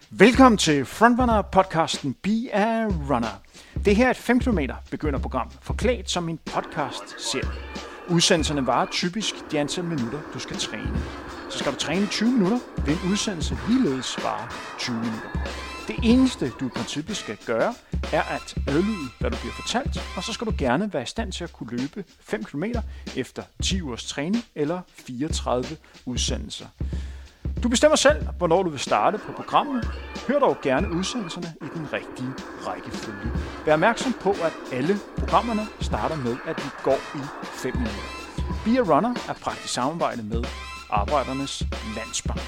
Velkommen til Frontrunner-podcasten Be a Runner. Det her er et 5 km begynderprogram, forklædt som en podcast-serie. Udsendelserne varer typisk de antal minutter, du skal træne. Så skal du træne 20 minutter, vil en udsendelse ligeledes vare 20 minutter. Det eneste, du i princippet skal gøre, er at adlyde, hvad du bliver fortalt, og så skal du gerne være i stand til at kunne løbe 5 km efter 10 ugers træning eller 34 udsendelser. Du bestemmer selv, hvornår du vil starte på programmet. Hør dog gerne udsendelserne i den rigtige rækkefølge. Vær opmærksom på, at alle programmerne starter med, at vi går i 5 minutter. Be a Runner er praktisk samarbejde med Arbejdernes Landsbank.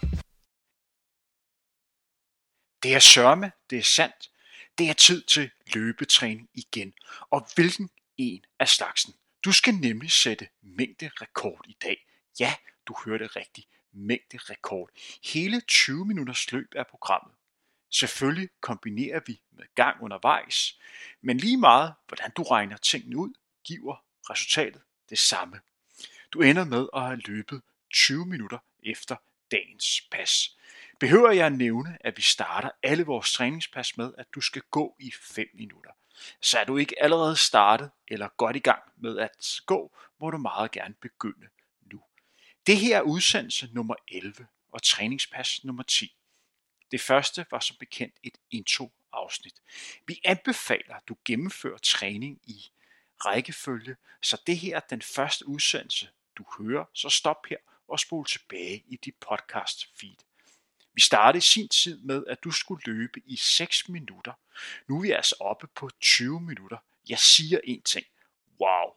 Det er sørme, det er sandt. Det er tid til løbetræning igen. Og hvilken en af slagsen. Du skal nemlig sætte mængderekord i dag. Ja, du hørte rigtigt. Mængderekord. Hele 20 minutters løb er programmet. Selvfølgelig kombinerer vi med gang undervejs, men lige meget, hvordan du regner tingene ud, giver resultatet det samme. Du ender med at have løbet 20 minutter efter dagens pas. Behøver jeg at nævne, at vi starter alle vores træningspas med, at du skal gå i 5 minutter. Så er du ikke allerede startet eller godt i gang med at gå, må du meget gerne begynde. Det her er udsendelse nummer 11 og træningspas nummer 10. Det første var som bekendt et intro-afsnit. Vi anbefaler, at du gennemfører træning i rækkefølge, så det her er den første udsendelse, du hører, så stop her og spol tilbage i dit podcast feed. Vi startede i sin tid med, at du skulle løbe i 6 minutter. Nu er vi altså oppe på 20 minutter. Jeg siger en ting. Wow!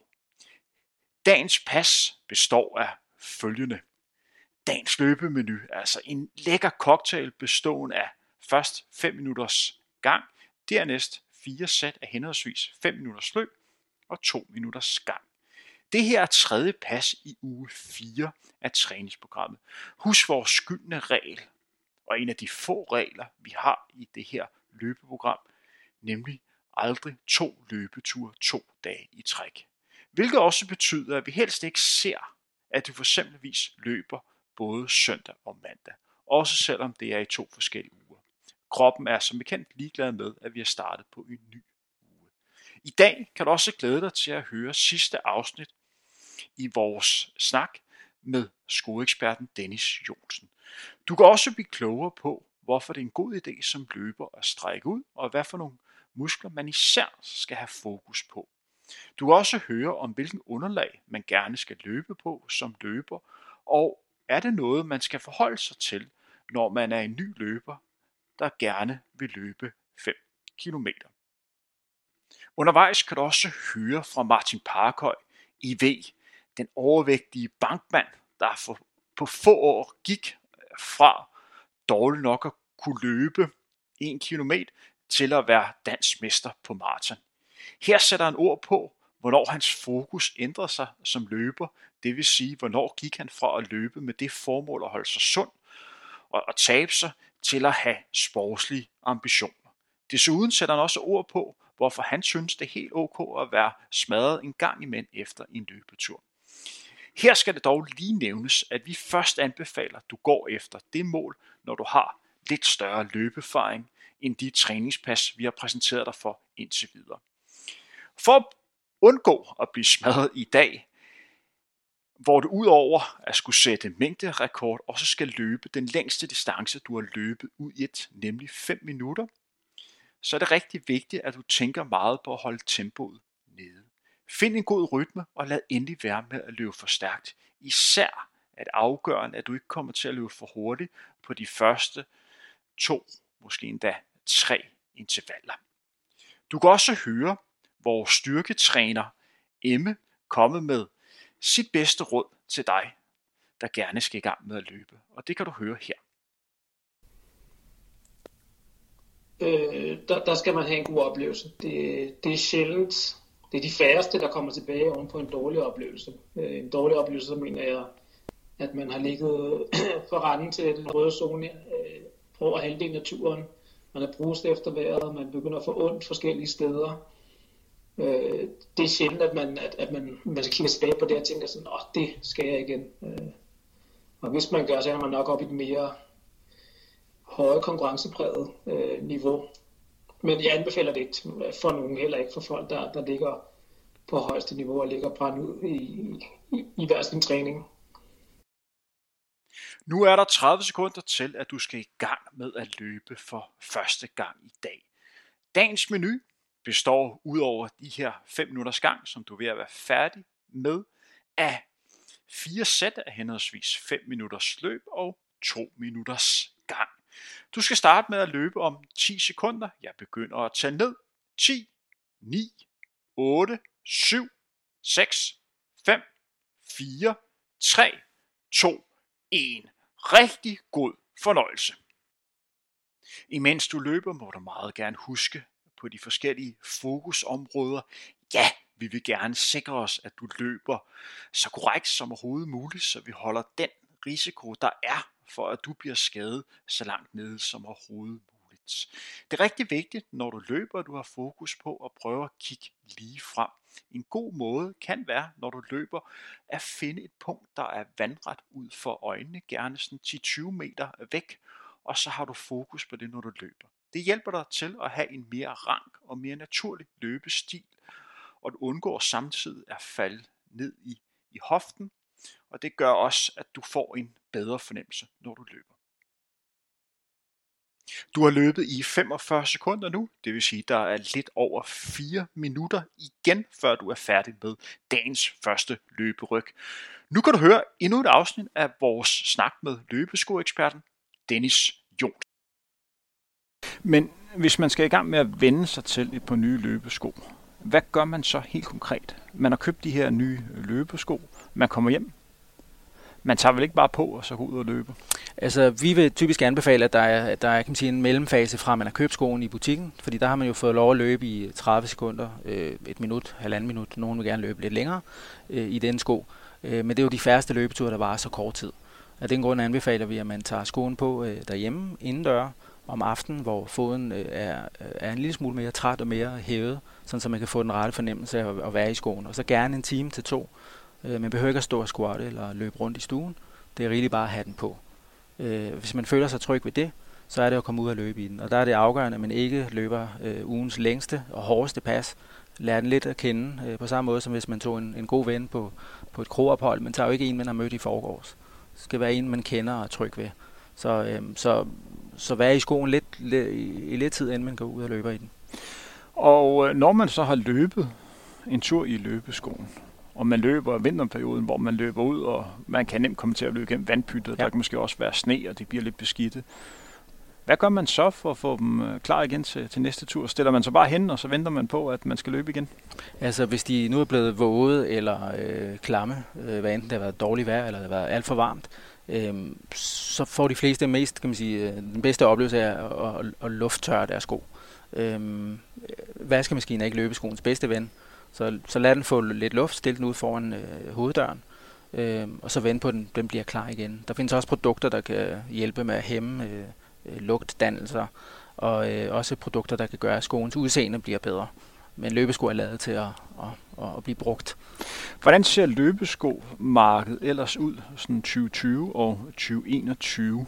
Dagens pas består af følgende. Dagens løbemenu er altså en lækker cocktail bestående af først 5 minutters gang, dernæst 4 sæt af henholdsvis 5 minutters løb og 2 minutters gang. Det her er tredje pas i uge 4 af træningsprogrammet. Husk vores skyldne regel, og en af de få regler, vi har i det her løbeprogram, nemlig aldrig 2 løbeture 2 dage i træk. Hvilket også betyder, at vi helst ikke ser, at du for eksempelvis løber både søndag og mandag, også selvom det er i 2 forskellige uger. Kroppen er som bekendt ligeglad med, at vi har startet på en ny uge. I dag kan du også glæde dig til at høre sidste afsnit i vores snak med skoeeksperten Dennis Johnsen. Du kan også blive klogere på, hvorfor det er en god idé som løber at strække ud, og hvad for nogle muskler man især skal have fokus på. Du kan også høre om hvilken underlag man gerne skal løbe på som løber, og er det noget man skal forholde sig til, når man er en ny løber, der gerne vil løbe 5 km. Undervejs kan du også høre fra Martin Parkhøj, IV, den overvægtige bankmand, der på få år gik fra dårligt nok at kunne løbe 1 km til at være dansk mester på maraton. Her sætter han ord på, hvornår hans fokus ændrer sig som løber, det vil sige, hvornår gik han fra at løbe med det formål at holde sig sund og tabe sig til at have sportslige ambitioner. Desuden sætter han også ord på, hvorfor han synes, det er helt ok at være smadret en gang imellem efter en løbetur. Her skal det dog lige nævnes, at vi først anbefaler, at du går efter det mål, når du har lidt større løbeerfaring end de træningspas, vi har præsenteret dig for indtil videre. For at undgå at blive smadret i dag, hvor du udover at skulle sætte mængderekord, også skal løbe den længste distance, du har løbet ud i nemlig 5 minutter, så er det rigtig vigtigt, at du tænker meget på at holde tempoet nede. Find en god rytme og lad endelig være med at løbe for stærkt. Især er det afgørende, at du ikke kommer til at løbe for hurtigt på de første 2, måske endda 3 intervaller. Du kan også høre vores styrketræner Emme komme med sit bedste råd til dig, der gerne skal i gang med at løbe. Og det kan du høre her. Der skal man have en god oplevelse. Det er sjældent. Det er de færreste, der kommer tilbage oven på en dårlig oplevelse. En dårlig oplevelse, så mener jeg, at man har ligget for randen til den røde zone på over halvdelen af turen. Man er brust efter vejret, man begynder at få ondt forskellige steder. Det er sjældent, at man kigger tilbage på det og tænker sådan, det skal jeg igen. Og hvis man gør, så er man nok op i et mere høje konkurrencepræget niveau. Men jeg anbefaler det ikke for nogen, heller ikke for folk, der ligger på højeste niveau og ligger brændt ud i hver sin træning. Nu er der 30 sekunder til, at du skal i gang med at løbe for første gang i dag. Dagens menu består udover de her 5 minutters gang, som du er ved at være færdig med, af 4 sæt af henholdsvis 5 minutters løb og 2 minutters gang. Du skal starte med at løbe om 10 sekunder. Jeg begynder at tælle ned. 10, 9, 8, 7, 6, 5, 4, 3, 2, 1. Rigtig god fornøjelse. Imens du løber, må du meget gerne huske på de forskellige fokusområder. Ja, vi vil gerne sikre os, at du løber så korrekt som overhovedet muligt, så vi holder den risiko, der er for, at du bliver skadet så langt nede som overhovedet muligt. Det er rigtig vigtigt, når du løber, at du har fokus på at prøve at kigge lige frem. En god måde kan være, når du løber, at finde et punkt, der er vandret ud for øjnene, gerne sådan 10-20 meter væk, og så har du fokus på det, når du løber. Det hjælper dig til at have en mere rank og mere naturlig løbestil, og du undgår samtidig at falde ned i hoften, og det gør også, at du får en bedre fornemmelse, når du løber. Du har løbet i 45 sekunder nu, det vil sige, der er lidt over 4 minutter igen, før du er færdig med dagens første løberyg. Nu kan du høre endnu et afsnit af vores snak med løbeskoeksperten Dennis Jons. Men hvis man skal i gang med at vende sig til et par nye løbesko, hvad gør man så helt konkret? Man har købt de her nye løbesko, man kommer hjem. Man tager vel ikke bare på og så går ud og løbe? Altså, vi vil typisk anbefale, at der er kan man sige, en mellemfase fra, at man har købt skoen i butikken, fordi der har man jo fået lov at løbe i 30 sekunder, 1 minut, 1,5 minut. Nogen vil gerne løbe lidt længere i den sko. Men det er jo de færreste løbeture, der varer så kort tid. Af den grund anbefaler vi, at man tager skoen på derhjemme, indendør, om aftenen, hvor foden er en lille smule mere træt og mere hævet, sådan så man kan få den rette fornemmelse af at være i skoen. Og så gerne 1 time til 2. Man behøver ikke at stå og squatte eller løbe rundt i stuen. Det er rigtig bare at have den på. Hvis man føler sig tryg ved det, så er det at komme ud og løbe i den. Og der er det afgørende, at man ikke løber ugens længste og hårdeste pas. Lær den lidt at kende, på samme måde som hvis man tog en god ven på et krogophold. Man tager jo ikke en, man har mødt i forgårs. Det skal være en, man kender og er tryg ved. Så vær i skoen i lidt tid, inden man går ud og løber i den. Og når man så har løbet en tur i løbeskoen, og man løber i vinterperioden, hvor man løber ud, og man kan nemt komme til at løbe gennem vandpytter, ja. Der kan måske også være sne, og det bliver lidt beskidte. Hvad gør man så for at få dem klar igen til næste tur? Stiller man så bare hen, og så venter man på, at man skal løbe igen? Altså, hvis de nu er blevet våde eller klamme, hvad enten det har været dårligt vejr, eller det har været alt for varmt, så får de fleste mest, kan man sige, den bedste oplevelse af at lufttørre deres sko. Vaskemaskinen er ikke løbeskoens bedste ven, så lad den få lidt luft, stil den ud foran hoveddøren, og så vent på, at den bliver klar igen. Der findes også produkter, der kan hjælpe med at hæmme lugtdannelser, og også produkter, der kan gøre, at skoens udseende bliver bedre. Men løbesko er lavet til at blive brugt. Hvordan ser løbeskomarkedet ellers ud, sådan 2020 og 2021?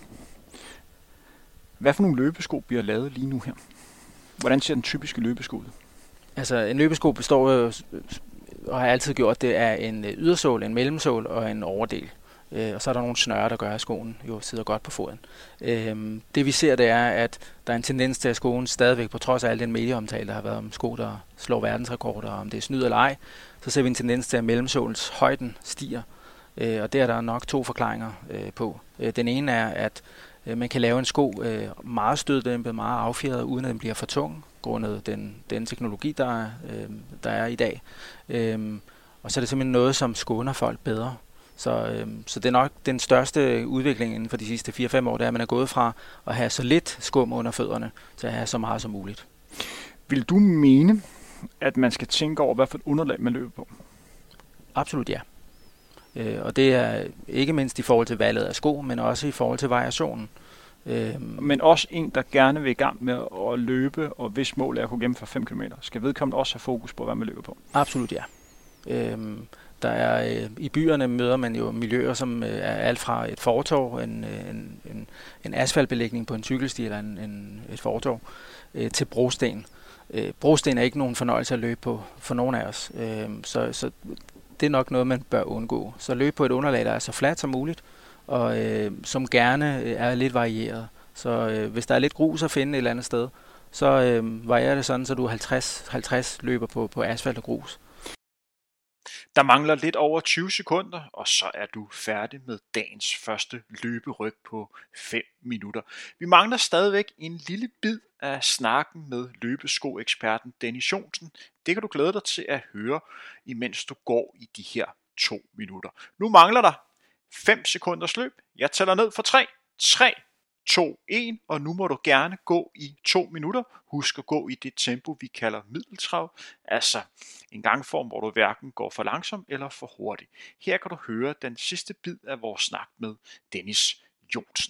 Hvad for nogle løbesko bliver lavet lige nu her? Hvordan ser den typiske løbesko ud? Altså, en løbesko består og har altid gjort det af en ydersål, en mellemsål og en overdel. Og så er der nogle snøre, der gør, at skoen jo sidder godt på foden. Det vi ser, det er, at der er en tendens til, at skoen stadigvæk, på trods af al den medieomtale, der har været om sko, der slår verdensrekorder, om det er snyd eller ej, så ser vi en tendens til, at mellemsålens højden stiger. Og det er der nok 2 forklaringer på. Den ene er, at man kan lave en sko meget støddæmpet, meget affjedret, uden at den bliver for tung, grundet den teknologi, der er i dag. Og så er det simpelthen noget, som skåner folk bedre. Så det er nok den største udvikling inden for de sidste 4-5 år, det er, at man er gået fra at have så lidt skum under fødderne, til at have så meget som muligt. Vil du mene, at man skal tænke over, hvad for et underlag man løber på? Absolut ja. Og det er ikke mindst i forhold til valget af sko, men også i forhold til variationen. Men også en, der gerne vil i gang med at løbe, og hvis målet er at kunne gennemføre 5 km, skal vedkommende også have fokus på, hvad man løber på? Absolut ja. I byerne møder man jo miljøer, som er alt fra et fortov, en asfaltbelægning på en cykelsti eller et fortov, til brosten. Brosten er ikke nogen fornøjelse at løbe på for nogen af os, så det er nok noget, man bør undgå. Så løb på et underlag, der er så fladt som muligt, og som gerne er lidt varieret. Så hvis der er lidt grus at finde et eller andet sted, så varierer det sådan, så du 50 løber på asfalt og grus. Der mangler lidt over 20 sekunder, og så er du færdig med dagens første løberyg på 5 minutter. Vi mangler stadigvæk en lille bid af snakken med løbeskoeksperten Dennis Johnsen. Det kan du glæde dig til at høre, imens du går i de her 2 minutter. Nu mangler der 5 sekunders løb. Jeg tæller ned for 3, 2, 1, og nu må du gerne gå i 2 minutter. Husk at gå i det tempo, vi kalder middeltrav, altså en gangform, hvor du hverken går for langsomt eller for hurtigt. Her kan du høre den sidste bid af vores snak med Dennis Johnsen.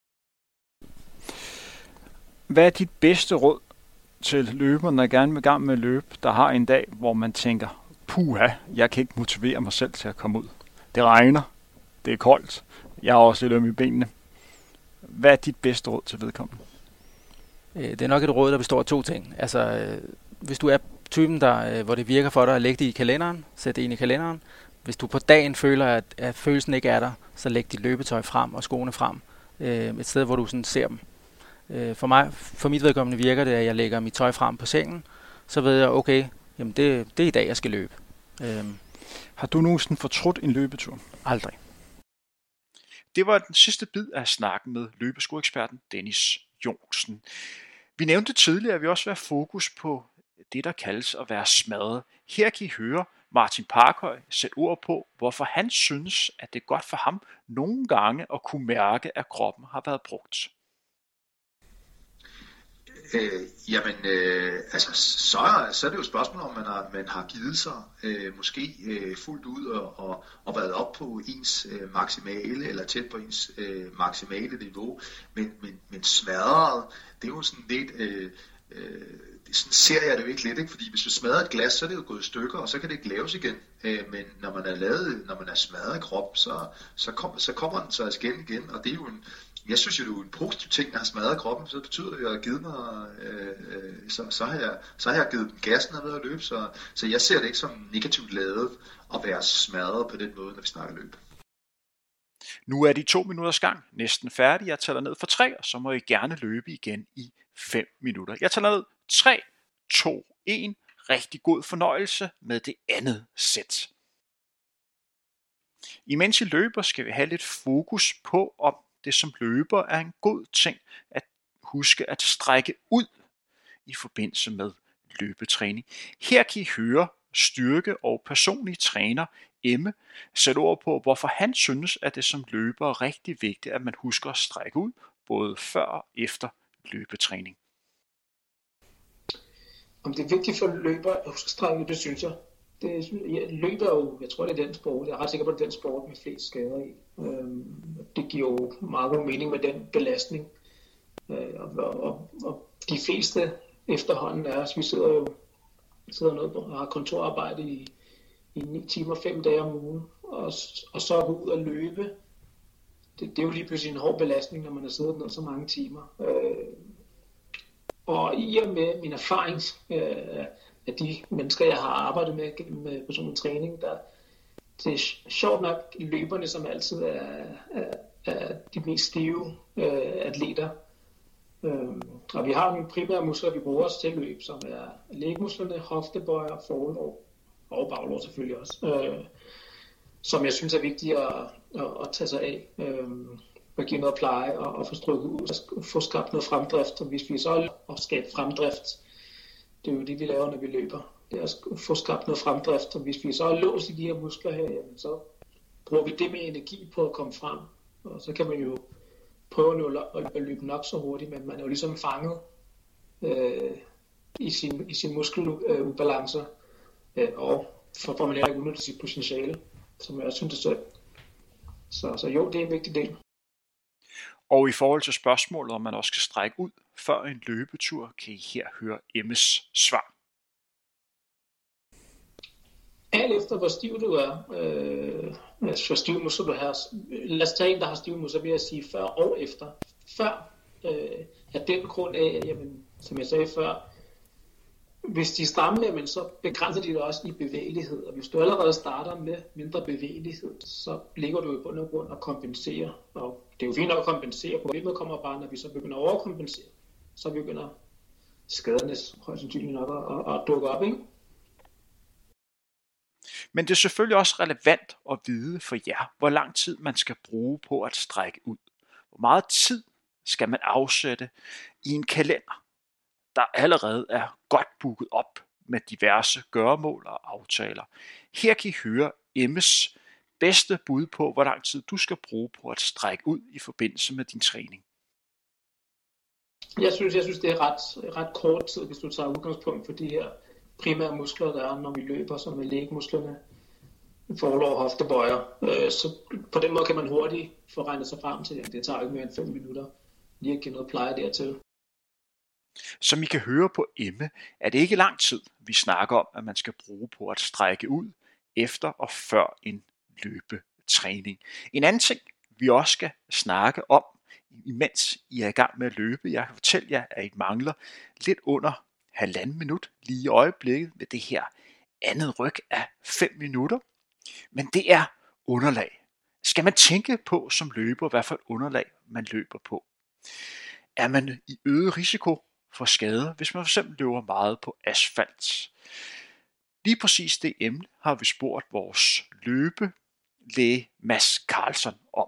Hvad er dit bedste råd til løberne, der gerne vil i gang med at løbe, der har en dag, hvor man tænker, puha, jeg kan ikke motivere mig selv til at komme ud. Det regner, det er koldt, jeg har også lidt øm i benene. Hvad er dit bedste råd til vedkommende? Det er nok et råd, der består af 2 ting. Altså, hvis du er typen, hvor det virker for dig at lægge det i kalenderen, sæt det ind i kalenderen. Hvis du på dagen føler, at følelsen ikke er der, så læg dit løbetøj frem og skoene frem. Et sted, hvor du sådan ser dem. For mit vedkommende virker det, at jeg lægger mit tøj frem på sengen. Så ved jeg, okay, jamen det er i dag, jeg skal løbe. Har du nogensinde fortrudt en løbetur? Aldrig. Det var den sidste bid af snakken med løbeskoeksperten Dennis Johnsen. Vi nævnte tidligere, at vi også vil have fokus på det, der kaldes at være smadret. Her kan I høre Martin Parkhøj sætte ord på, hvorfor han synes, at det er godt for ham nogle gange at kunne mærke, at kroppen har været brugt. Så er det jo et spørgsmål, om man har givet sig måske fuldt ud og været op på ens maksimale eller tæt på ens maksimale niveau, men smadret, det er jo sådan lidt, sådan ser jeg det jo ikke lidt, ikke? Fordi hvis du smadrer et glas, så er det jo gået i stykker, og så kan det ikke laves igen. Men når man er smadret i krop, så kommer den så igen, og det er jo jeg synes jo, det er jo en positiv ting, at jeg har smadret kroppen, så det betyder, at jeg har givet mig, så har jeg givet den gassen ved at løbe, så jeg ser det ikke som negativt ladet at være smadret på den måde, når vi snakker løb. Nu er de 2 minutters gang næsten færdige. Jeg tæller ned for 3, og så må I gerne løbe igen i 5 minutter. Jeg tæller ned 3, 2, 1. Rigtig god fornøjelse med det andet sæt. Imens I løber, skal vi have lidt fokus på, om det som løber er en god ting at huske at strække ud i forbindelse med løbetræning. Her kan I høre styrke- og personlig træner Emme sætte ord på, hvorfor han synes, at det som løber er rigtig vigtigt, at man husker at strække ud, både før og efter løbetræning. Om det er vigtigt for løber at huske at strække ud, det synes jeg. Løber jo, jeg tror det er den sport, jeg er ret sikker på, at det er den sport med flest skader i. Det giver jo meget god mening med den belastning. Og de fleste efterhånden er, vi sidder noget og har kontorarbejde i 9 timer, 5 dage om ugen, og så gå ud og løbe. Det er jo lige pludselig en hård belastning, når man har siddet ned så mange timer. Og i og med min erfaring af de mennesker, jeg har arbejdet med gennem personlig træning, det er sjovt nok løberne, som altid er de mest stive atleter. Og vi har nogle primære muskler, vi bruger os til løb, som er lægmusklerne, hoftebøjer, forlår og baglår selvfølgelig også. Som jeg synes er vigtigt at tage sig af. At give noget pleje og få strukket ud, og få skabt noget fremdrift. Og hvis vi så at skabe fremdrift, det er jo det, vi laver, når vi løber. Det er at få skabt noget fremdrift, og hvis vi så er låst i de her muskler her, jamen, så bruger vi det med energi på at komme frem. Og så kan man jo prøve at løbe nok så hurtigt, men man er jo ligesom fanget i sin muskelubalancer, og får man heller ikke udnyttet sit potentiale, som jeg også synes det selv. Så jo, det er en vigtig del. Og i forhold til spørgsmålet, om man også skal strække ud før en løbetur, kan I her høre Emmes svar. alt efter hvor stiv du er, hvor stiv muskel du har. Lad os tage en, der har stiv muskel, så vil jeg sige før og efter. Før af den grund af, jamen, som jeg sagde før, hvis de er stramme, men så begrænser de det også i bevægelighed. Og hvis du allerede starter med mindre bevægelighed, så ligger du i bund og grund og kompenserer. Og det er jo fint nok at kompensere. Problemet kommer bare, når vi så begynder at overkompensere. Så begynder skaderne højst sandsynligt nok at dukke op, ikke? Men det er selvfølgelig også relevant at vide for jer, hvor lang tid man skal bruge på at strække ud. Hvor meget tid skal man afsætte i en kalender, der allerede er godt booket op med diverse gøremål og aftaler. Her kan I høre Emmes bedste bud på, hvor lang tid du skal bruge på at strække ud i forbindelse med din træning. Jeg synes det er ret kort tid, hvis du tager udgangspunkt for de her primære muskler, der er, når vi løber, som er lægmusklerne, forlov og hoftebøjer. Så på den måde kan man hurtigt få regnet sig frem til, at det tager ikke mere end 5 minutter lige at give noget pleje dertil. Som I kan høre på Emme, er det ikke lang tid, vi snakker om, at man skal bruge på at strække ud efter og før en løbetræning. En anden ting, vi også skal snakke om, imens I er i gang med at løbe, jeg kan fortælle jer, at I mangler lidt under 1,5 minut lige i øjeblikket med det her andet ryg af 5 minutter. Men det er underlag. Skal man tænke på som løber, hvad for et underlag man løber på? Er man i øget risiko for skader, hvis man fx løber meget på asfalt? Lige præcis det emne har vi spurgt vores løbelæge Mads Carlson om.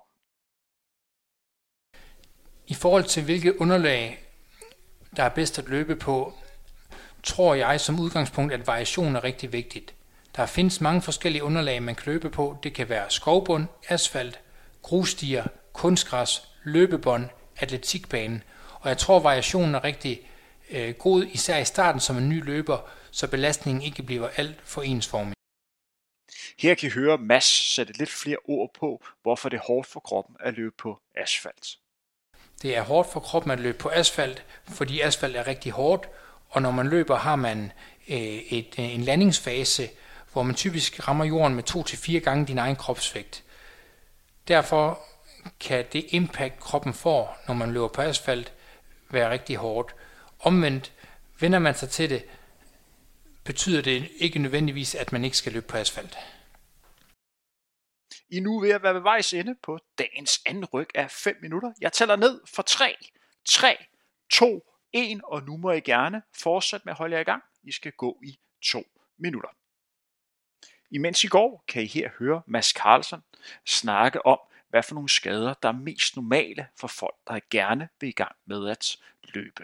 I forhold til hvilket underlag, der er bedst at løbe på, tror jeg som udgangspunkt, at variation er rigtig vigtigt. Der findes mange forskellige underlag, man kan løbe på. Det kan være skovbund, asfalt, grusstier, kunstgræs, løbebånd, atletikbane. Og jeg tror, variationen er rigtig god, især i starten som en ny løber, så belastningen ikke bliver alt for ensformig. Her kan I høre Mads sætte lidt flere ord på, hvorfor det er hårdt for kroppen at løbe på asfalt. Det er hårdt for kroppen at løbe på asfalt, fordi asfalt er rigtig hårdt, og når man løber, har man en landingsfase, hvor man typisk rammer jorden med 2-4 gange din egen kropsvægt. Derfor kan det impact, kroppen får, når man løber på asfalt, være rigtig hårdt. Omvendt, vender man sig til det, betyder det ikke nødvendigvis, at man ikke skal løbe på asfalt. I er nu ved at være ved vejs ende på dagens anden ryg af 5 minutter. Jeg tæller ned for 3, 2, 1, og nu må I gerne fortsætte med at holde jer i gang. I skal gå i 2 minutter. Imens I går, kan I her høre Mads Carlson snakke om, hvad for nogle skader, der er mest normale for folk, der gerne vil i gang med at løbe.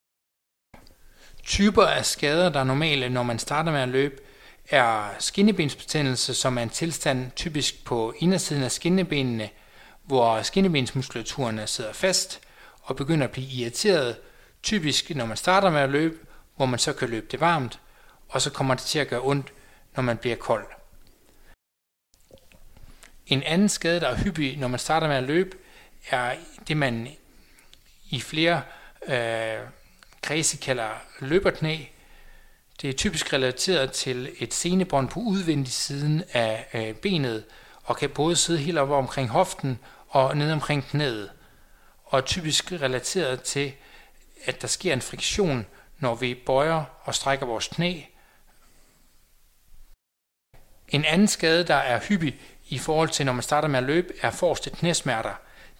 Typer af skader, der er normale, når man starter med at løbe, er skinnebensbetændelse, som er en tilstand typisk på indersiden af skinnebenene, hvor skinnebensmuskulaturen sidder fast og begynder at blive irriteret, typisk når man starter med at løbe, hvor man så kan løbe det varmt, og så kommer det til at gøre ondt, når man bliver kold. En anden skade, der er hyppig, når man starter med at løbe, er det, man i flere kredse kalder løberknæ. Det er typisk relateret til et senebånd på udvendig siden af benet, og kan både sidde helt oppe omkring hoften og ned omkring knæet. Og er typisk relateret til, at der sker en friktion, når vi bøjer og strækker vores knæ. En anden skade, der er hyppig i forhold til, når man starter med at løbe, er forreste knæsmerter.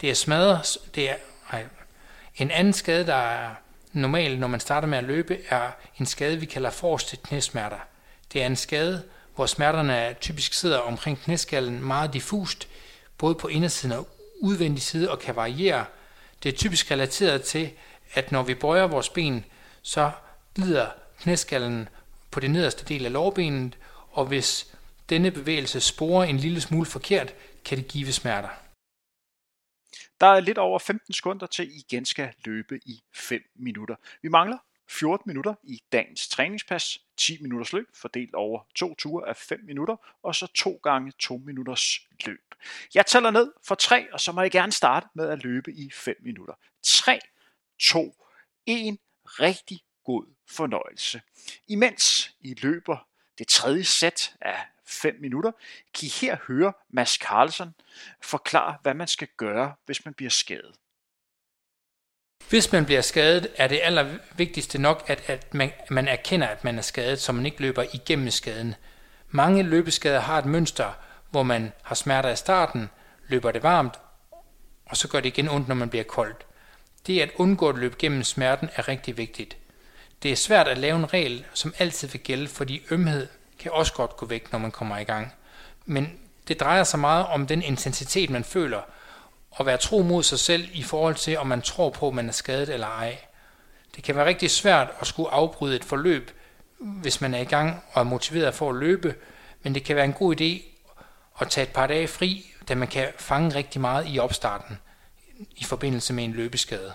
En anden skade, der er normal, når man starter med at løbe, er en skade, vi kalder forreste knæsmerter. Det er en skade, hvor smerterne typisk sidder omkring knæskallen meget diffust, både på indersiden og udvendig side, og kan variere. Det er typisk relateret til, at når vi bøjer vores ben, så glider knæskallen på det nederste del af lårbenet, og hvis denne bevægelse sporer en lille smule forkert, kan det give smerter. Der er lidt over 15 sekunder til I igen skal løbe i 5 minutter. Vi mangler 14 minutter i dagens træningspas, 10 minutters løb fordelt over 2 ture af 5 minutter, og så 2 gange 2 minutters løb. Jeg tæller ned for 3, og så må I gerne starte med at løbe i 5 minutter. 3, 2, 1, rigtig god fornøjelse. Imens I løber Det tredje sæt af 5 minutter kan I her høre Mads Carlsen forklare, hvad man skal gøre, hvis man bliver skadet. Hvis man bliver skadet, er det allervigtigste nok, at man erkender, at man er skadet, så man ikke løber igennem skaden. Mange løbeskader har et mønster, hvor man har smerter i starten, løber det varmt, og så gør det igen ondt, når man bliver koldt. Det at undgå at løbe gennem smerten er rigtig vigtigt. Det er svært at lave en regel, som altid vil gælde, fordi ømhed kan også godt gå væk, når man kommer i gang. Men det drejer sig meget om den intensitet, man føler, og være tro mod sig selv i forhold til, om man tror på, at man er skadet eller ej. Det kan være rigtig svært at skulle afbryde et forløb, hvis man er i gang og er motiveret for at løbe, men det kan være en god idé at tage et par dage fri, da man kan fange rigtig meget i opstarten i forbindelse med en løbeskade.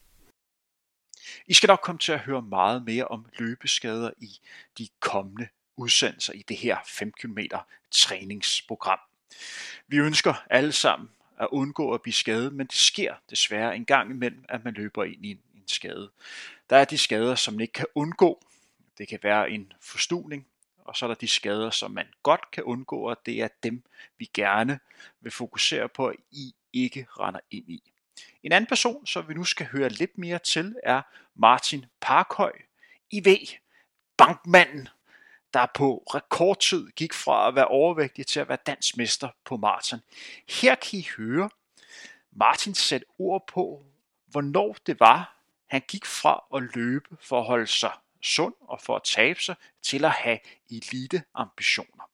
I skal nok komme til at høre meget mere om løbeskader i de kommende udsendelser i det her 5 km træningsprogram. Vi ønsker alle sammen at undgå at blive skadet, men det sker desværre en gang imellem, at man løber ind i en skade. Der er de skader, som man ikke kan undgå. Det kan være en forstuvning, og så er der de skader, som man godt kan undgå, og det er dem, vi gerne vil fokusere på, at I ikke render ind i. En anden person, som vi nu skal høre lidt mere til, er Martin Parkhøj. I ved, bankmanden, der på rekordtid gik fra at være overvægtig til at være dansk mester på maraton. Her kan I høre Martin sætte ord på, hvornår det var, han gik fra at løbe for at holde sig sund og for at tabe sig, til at have elite-ambitioner.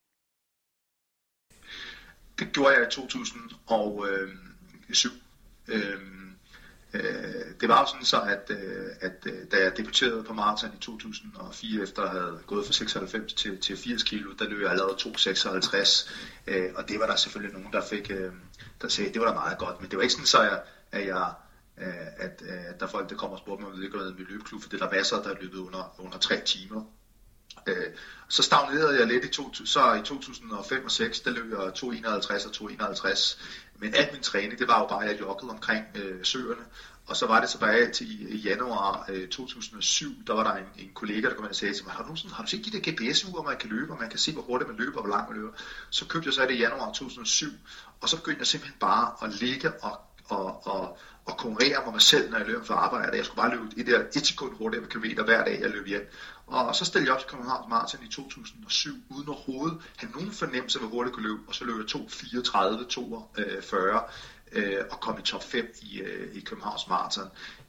Det gjorde jeg i 2007. Det var jo sådan så, at da jeg debuterede på maraton i 2004, efter at have gået fra 96 til 80 kilo, der løb jeg allerede 2,56, og det var der selvfølgelig nogen, der fik, der sagde, det var da meget godt, men det var ikke sådan så, at der folk, der kommer og spurgte mig, om det med løbeklub, for det er der masser, der løbet under 3 timer. Så stagnerede jeg lidt i 2005 og 2006, der løb jeg 2,51 og 2,51. Men al min træning, det var jo bare, at jeg joggede omkring søerne. Og så var det tilbage til i januar 2007, der var der en kollega, der kom ind og sagde til mig, har du set de der GPS-ure, man kan løbe, og man kan se, hvor hurtigt man løber, og hvor langt man løber. Så købte jeg så det i januar 2007, og så begyndte jeg simpelthen bare at ligge og konkurrere med mig selv, når jeg løb for arbejde. Jeg skulle bare løbe 1 sekund hurtigere per kilometer hver dag, jeg løb hjem. Og så stillede jeg op til Københavns Marathon i 2007, uden overhovedet have nogen fornemmelse af, hvor hurtigt jeg kunne løbe. Og så løb jeg 2:34, 2:40 og kom i top 5 i Københavns Marathon.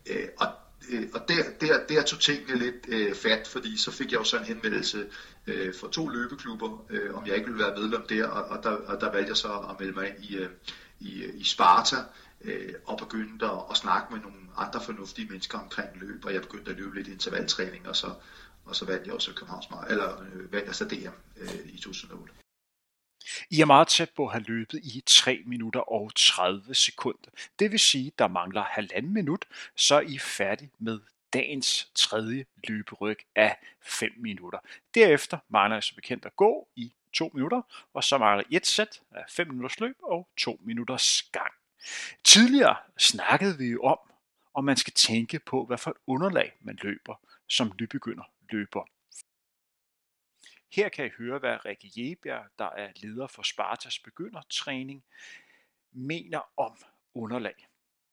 Og der tog tingene lidt fat, fordi så fik jeg jo så en henvendelse fra 2 løbeklubber, om jeg ikke ville være medlem der, og der valgte jeg så at melde mig ind i Sparta, og begyndte at snakke med nogle andre fornuftige mennesker omkring løb, og jeg begyndte at løbe lidt intervaltræning, og så vandt jeg også Københavns vandt jeg så DM i 2008. I er meget tæt på at have løbet i 3 minutter og 30 sekunder. Det vil sige, der mangler 1,5 minut, så er I færdig med dagens tredje løberyg af 5 minutter. Derefter mangler jeg så bekendt at gå i 2 minutter, og så mangler et sæt af 5 minutters løb og 2 minutters gang. Tidligere snakkede vi jo om man skal tænke på, hvad for et underlag man løber som nybegynder løber. Her kan I høre, hvad Rikke Jebjerg, der er leder for Spartas begyndertræning, mener om underlag.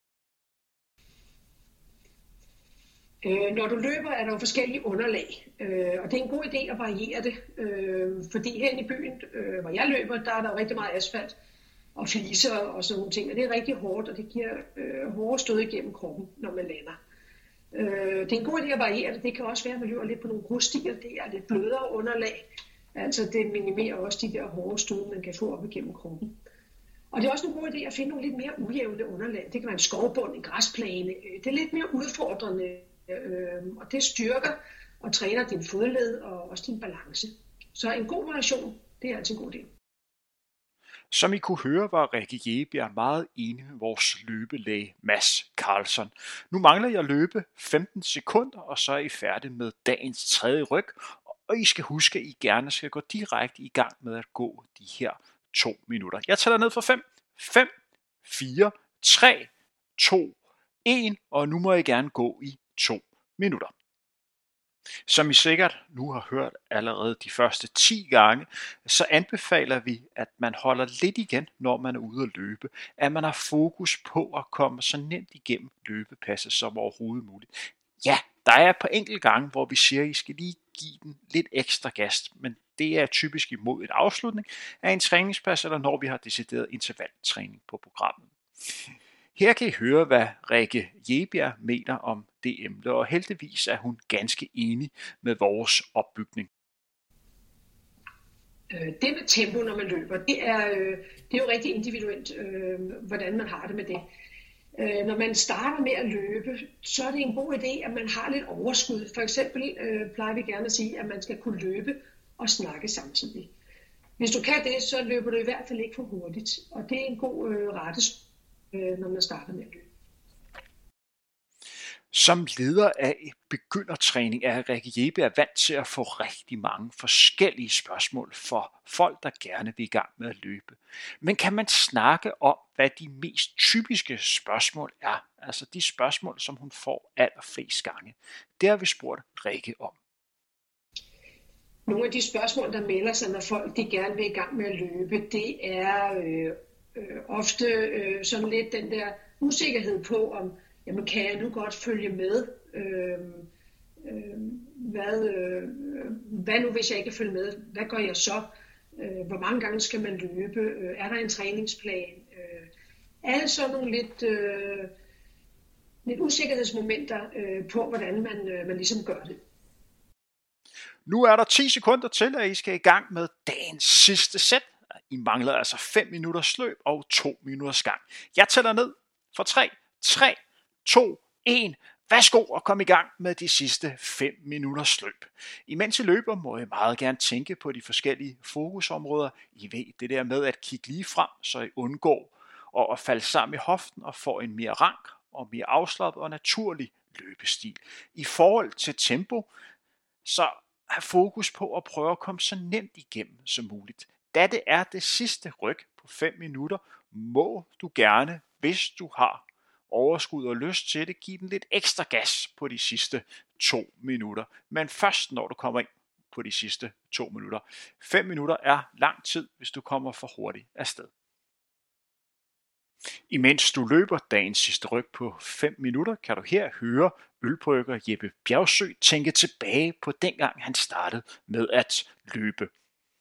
Når du løber, er der jo forskellige underlag, og det er en god idé at variere det, fordi her i byen, hvor jeg løber, der er der rigtig meget asfalt og fliser og sådan nogle ting, og det er rigtig hårdt, og det giver hårde stød igennem kroppen, når man lander. Det er en god idé at variere det. Det kan også være, at man løber lidt på nogle grusstier. Det er lidt blødere underlag. Altså det minimerer også de der hårde stød, man kan få op igennem kroppen. Og det er også en god idé at finde nogle lidt mere ujævne underlag. Det kan være en skovbund, en græsplæne. Det er lidt mere udfordrende, og det styrker og træner din fodled og også din balance. Så en god variation, det er altid en god idé. Som I kunne høre, var Rikke Jebjerg meget enig med vores løbelæge Mads Carlsen. Nu mangler jeg at løbe 15 sekunder, og så er I færdige med dagens tredje ryg. Og I skal huske, at I gerne skal gå direkte i gang med at gå de her 2 minutter. Jeg tæller ned fra 5. 5, 4, 3, 2, 1, og nu må I gerne gå i 2 minutter. Som I sikkert nu har hørt allerede de første 10 gange, så anbefaler vi, at man holder lidt igen, når man er ude at løbe. At man har fokus på at komme så nemt igennem løbepasset som overhovedet muligt. Ja, der er et par enkelte gange, hvor vi siger, at I skal lige give den lidt ekstra gas, men det er typisk imod en afslutning af en træningspas, eller når vi har decideret intervaltræning på programmet. Her kan I høre, hvad Rikke Jebjerg mener om det emne, og heldigvis er hun ganske enig med vores opbygning. Det med tempo, når man løber, det er jo rigtig individuelt, hvordan man har det med det. Når man starter med at løbe, så er det en god idé, at man har lidt overskud. For eksempel plejer vi gerne at sige, at man skal kunne løbe og snakke samtidig. Hvis du kan det, så løber du i hvert fald ikke for hurtigt, og det er en god rettesnor, når man starter med at løbe. Som leder af begyndertræning er Rikke Jebjerg vant til at få rigtig mange forskellige spørgsmål for folk, der gerne vil i gang med at løbe. Men kan man snakke om, hvad de mest typiske spørgsmål er? Altså de spørgsmål, som hun får allerflest gange. Det har vi spurgt Rikke om. Nogle af de spørgsmål, der melder sig, når folk de gerne vil i gang med at løbe, det er ofte sådan lidt den der usikkerhed på, om jamen, kan jeg nu godt følge med? Hvad nu, hvis jeg ikke kan følge med? Hvad gør jeg så? Hvor mange gange skal man løbe? Er der en træningsplan? Alle sådan nogle lidt usikkerhedsmomenter på, hvordan man ligesom gør det. Nu er der 10 sekunder til, at I skal i gang med dagens sidste sæt. I mangler altså 5 minutters løb og 2 minutters gang. Jeg tæller ned for 3, 2, 1. Værsgo og kom i gang med de sidste 5 minutters løb. Imens I løber, må I meget gerne tænke på de forskellige fokusområder. I ved det der med at kigge lige frem, så I undgår at falde sammen i hoften og får en mere rank og mere afslappet og naturlig løbestil. I forhold til tempo, så have fokus på at prøve at komme så nemt igennem som muligt. Da det er det sidste ryg på 5 minutter, må du gerne, hvis du har overskud og lyst til det, give den lidt ekstra gas på de sidste 2 minutter. Men først når du kommer ind på de sidste 2 minutter. 5 minutter er lang tid, hvis du kommer for hurtigt afsted. Imens du løber dagens sidste ryg på 5 minutter, kan du her høre ølbrygger Jeppe Bjergsø tænke tilbage på dengang han startede med at løbe.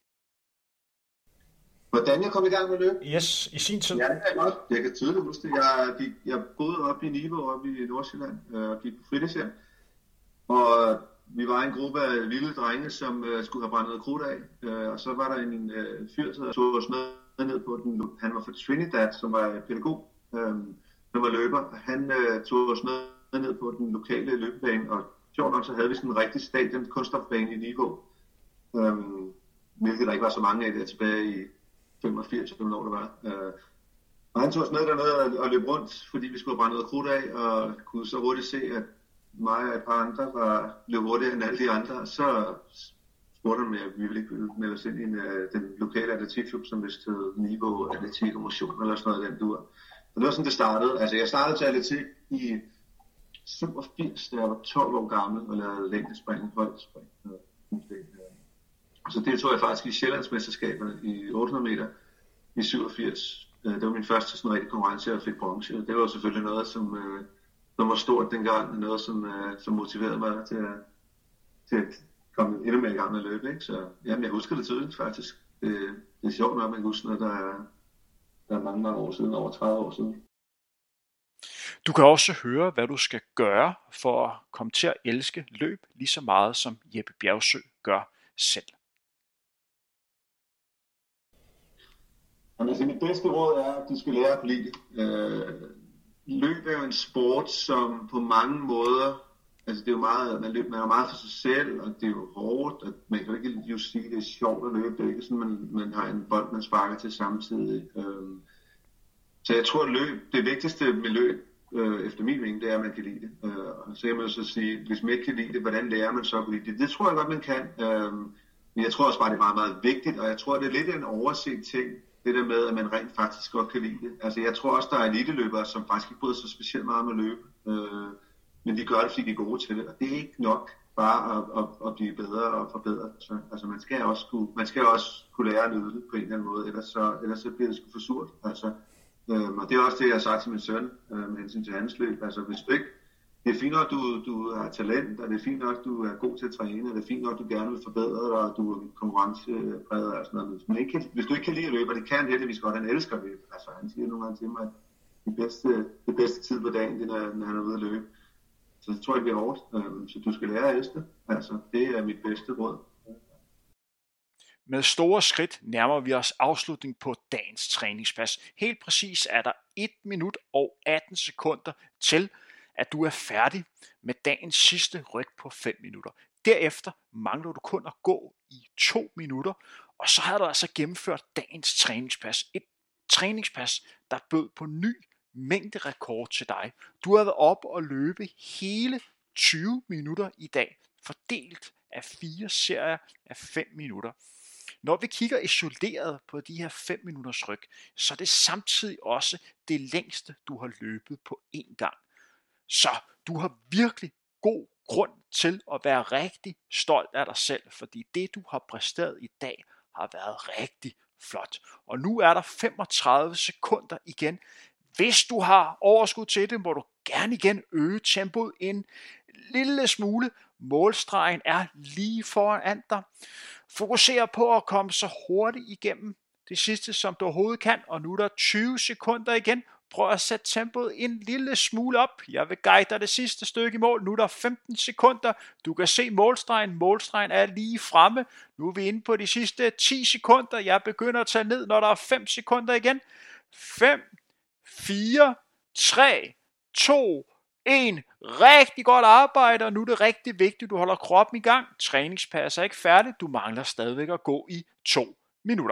Hvordan jeg kom i gang med at løbe? Yes, i sin tid. Ja, det er godt. Jeg kan tydeligt huske det. Jeg boede oppe i Niveau, oppe i Nordsjælland, og gik på fritidshjem. Og vi var en gruppe af lille drenge, som skulle have brændt noget krudt af. Og så var der en fyr, der tog os ned på den. Han var fra Trinidad, som var pædagog, som var løber. Han tog os ned på den lokale løbebane, og sjovt nok så havde vi sådan en rigtig stadion kunststofbane i Niveau. Hvilket der ikke var så mange af der tilbage i 85, eller når det var. Og han tog os ned dernede og løb rundt, fordi vi skulle have brændt noget krudt af, og kunne så hurtigt se, at mig og et par andre løb hurtigere end alle de andre. Så spurgte han, at vi ville ikke melde os ind i den lokale atletikklub, som vist hed Niveau Atletik og Motion, eller sådan noget den dur. Og det var sådan, det startede. Altså, jeg startede til atletik i 87, da jeg var 12 år gammel, og lavede længdespring, højdespring. Så det tog jeg faktisk i Sjællandsmesterskaberne i 800 meter i 87. Det var min første sådan rigtig konkurrence, jeg fik bronze. Det var selvfølgelig noget, som var stort dengang, noget som motiverede mig til at komme endnu mere i gang med at løbe. Ikke? Så jamen, jeg husker det tydeligt faktisk. Det er sjovt nok, at man kan huske noget, der er mange år siden, over 30 år siden. Du kan også høre, hvad du skal gøre for at komme til at elske løb lige så meget, som Jeppe Bjergsø gør selv. Altså, mit bedste råd er, at du skal lære at kunne lide det. Løb er jo en sport, som på mange måder, altså det er jo meget, man er meget for sig selv, og det er jo hårdt, og man kan jo ikke just sige, at det er sjovt at løbe. Det er ikke sådan, man har en bold, man sparker til samtidig. Så jeg tror, at det vigtigste med løb, efter min mening, det er, at man kan lide det. Og så kan man jo så sige, hvis man ikke kan lide det, hvordan lærer man så at kunne lide det? Det tror jeg godt, man kan. Men jeg tror også bare, det er meget, meget vigtigt, og jeg tror, det er lidt en overset ting, det der med, at man rent faktisk godt kan lide det. Altså, jeg tror også, der er eliteløbere, som faktisk ikke bryder sig specielt meget med at løbe. men de gør det, fordi de er gode til det, og det er ikke nok bare at blive bedre og forbedre sig. Altså man skal også kunne lære at nyde det på en eller anden måde, ellers så bliver det sgu for surt. Altså, og det er også det, jeg har sagt til min søn med hensyn til hans løb. Altså hvis du ikke, det er fint nok, du har talent, og det er fint nok, du er god til at træne, og det er fint nok, du gerne vil forbedre dig, og du er konkurrencepræget og sådan noget. Men hvis du ikke kan lide at løbe, og det kan han heldigvis godt, han elsker at løbe. Altså han siger nogle gange til mig, at det bedste tid på dagen, det er, når han er ude at løbe. Så det tror jeg bliver hårdt. Så du skal lære at elske det. Altså, det er mit bedste råd. Med store skridt nærmer vi os afslutning på dagens træningspas. Helt præcis er der 1 minut og 18 sekunder til, at du er færdig med dagens sidste ryg på 5 minutter. Derefter mangler du kun at gå i 2 minutter, og så har du altså gennemført dagens træningspas. Et træningspas, der bød på ny mængderekord til dig. Du har været op og løbe hele 20 minutter i dag, fordelt af 4 serier af 5 minutter. Når vi kigger isoleret på de her 5 minutters ryg, så er det samtidig også det længste, du har løbet på én gang. Så du har virkelig god grund til at være rigtig stolt af dig selv, fordi det, du har præsteret i dag, har været rigtig flot. Og nu er der 35 sekunder igen. Hvis du har overskud til det, må du gerne igen øge tempoet en lille smule. Målstregen er lige foran dig. Fokuser på at komme så hurtigt igennem det sidste, som du overhovedet kan. Og nu er der 20 sekunder igen. Prøv at sætte tempoet en lille smule op. Jeg vil guide dig det sidste stykke i mål. Nu er der 15 sekunder. Du kan se målstregen. Målstregen er lige fremme. Nu er vi inde på de sidste 10 sekunder. Jeg begynder at tage ned, når der er 5 sekunder igen. 5, 4, 3, 2, 1. Rigtig godt arbejde, og nu er det rigtig vigtigt, at du holder kroppen i gang. Træningspas er ikke færdigt. Du mangler stadigvæk at gå i 2 minutter.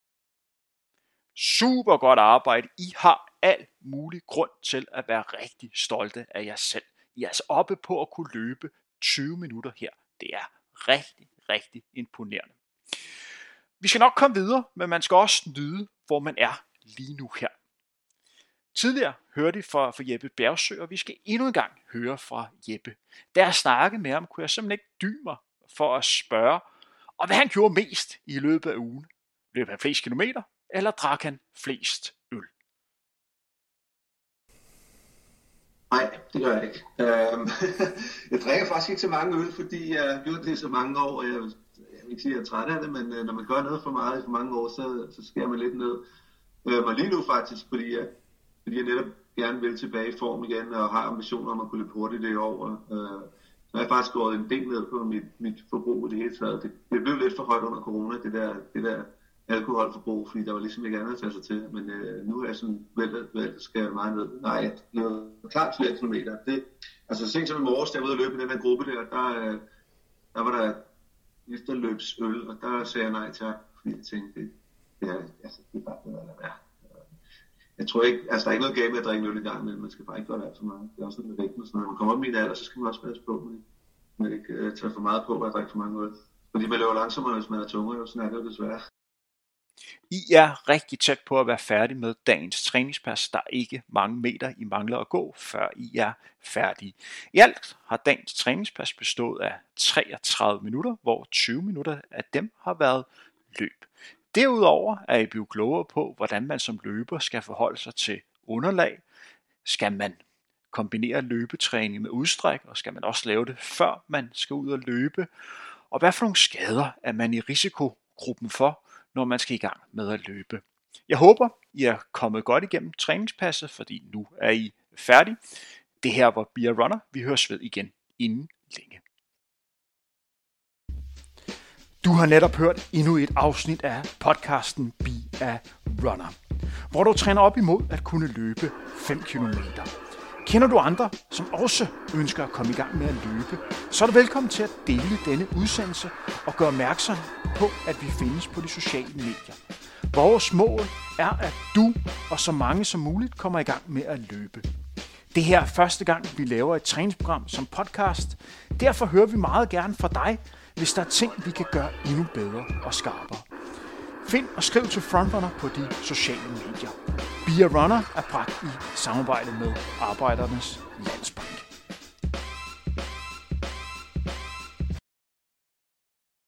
Super godt arbejde. I har al mulig grund til at være rigtig stolte af jer selv. I er altså oppe på at kunne løbe 20 minutter her. Det er rigtig, rigtig imponerende. Vi skal nok komme videre, men man skal også nyde, hvor man er lige nu her. Tidligere hørte I fra Jeppe Bjergsø, og vi skal endnu en gang høre fra Jeppe. Da jeg snakkede med ham, kunne jeg simpelthen ikke dy mig for at spørge, og hvad han gjorde mest i løbet af ugen. Løb han flest kilometer, eller drak han flest øl? Nej, det gør jeg ikke. Jeg drikker faktisk ikke så mange øl, fordi jeg har gjort det i så mange år, og jeg vil ikke sige, at jeg er træt af det, men når man gør noget for meget i for mange år, så skærer man lidt ned. Og lige nu faktisk, fordi jeg netop gerne vil tilbage i form igen, og har ambitioner om at kunne løbe hurtigt det år. Så har jeg faktisk gået en del ned på mit forbrug i det hele taget. Det blev lidt for højt under corona, det der alkoholforbrug, fordi der var ligesom ikke andet at tage sig til. Men nu er jeg sådan væltet skal meget ned. Nej, det var klart flere kilometer. Altså sent som i morges, der var ude at løbe i den her gruppe der var der efterløbsøl, og der sagde jeg nej tak, fordi jeg tænkte, det er bare noget at være. Jeg tror ikke, altså der er ikke noget galt med at drikke øl i gang, men man skal bare ikke gøre det alt for meget. Det er også sådan med vægten, så når man kommer op i min alder, så skal man også passe på, at man ikke tager for meget på at drikke for mange øl. Fordi man løber langsommere, hvis man er tungere, sådan er det jo desværre. I er rigtig tæt på at være færdig med dagens træningspas. Der er ikke mange meter, I mangler at gå, før I er færdige. I alt har dagens træningspas bestået af 33 minutter, hvor 20 minutter af dem har været løb. Derudover er I blevet klogere på, hvordan man som løber skal forholde sig til underlag. Skal man kombinere løbetræning med udstræk, og skal man også lave det, før man skal ud og løbe? Og hvad for nogle skader er man i risikogruppen for, når man skal i gang med at løbe? Jeg håber, I er kommet godt igennem træningspasset, fordi nu er I færdige. Det her var Be A Runner. Vi høres ved igen inden længe. Du har netop hørt endnu et afsnit af podcasten Be A Runner, hvor du træner op imod at kunne løbe 5 km. Kender du andre, som også ønsker at komme i gang med at løbe, så er du velkommen til at dele denne udsendelse og gøre opmærksom på, at vi findes på de sociale medier. Vores mål er, at du og så mange som muligt kommer i gang med at løbe. Det her er første gang, vi laver et træningsprogram som podcast. Derfor hører vi meget gerne fra dig, hvis der er ting, vi kan gøre endnu bedre og skarpere. Find og skriv til Frontrunner på de sociale medier. Be A Runner er bragt i samarbejde med Arbejdernes Landsbank.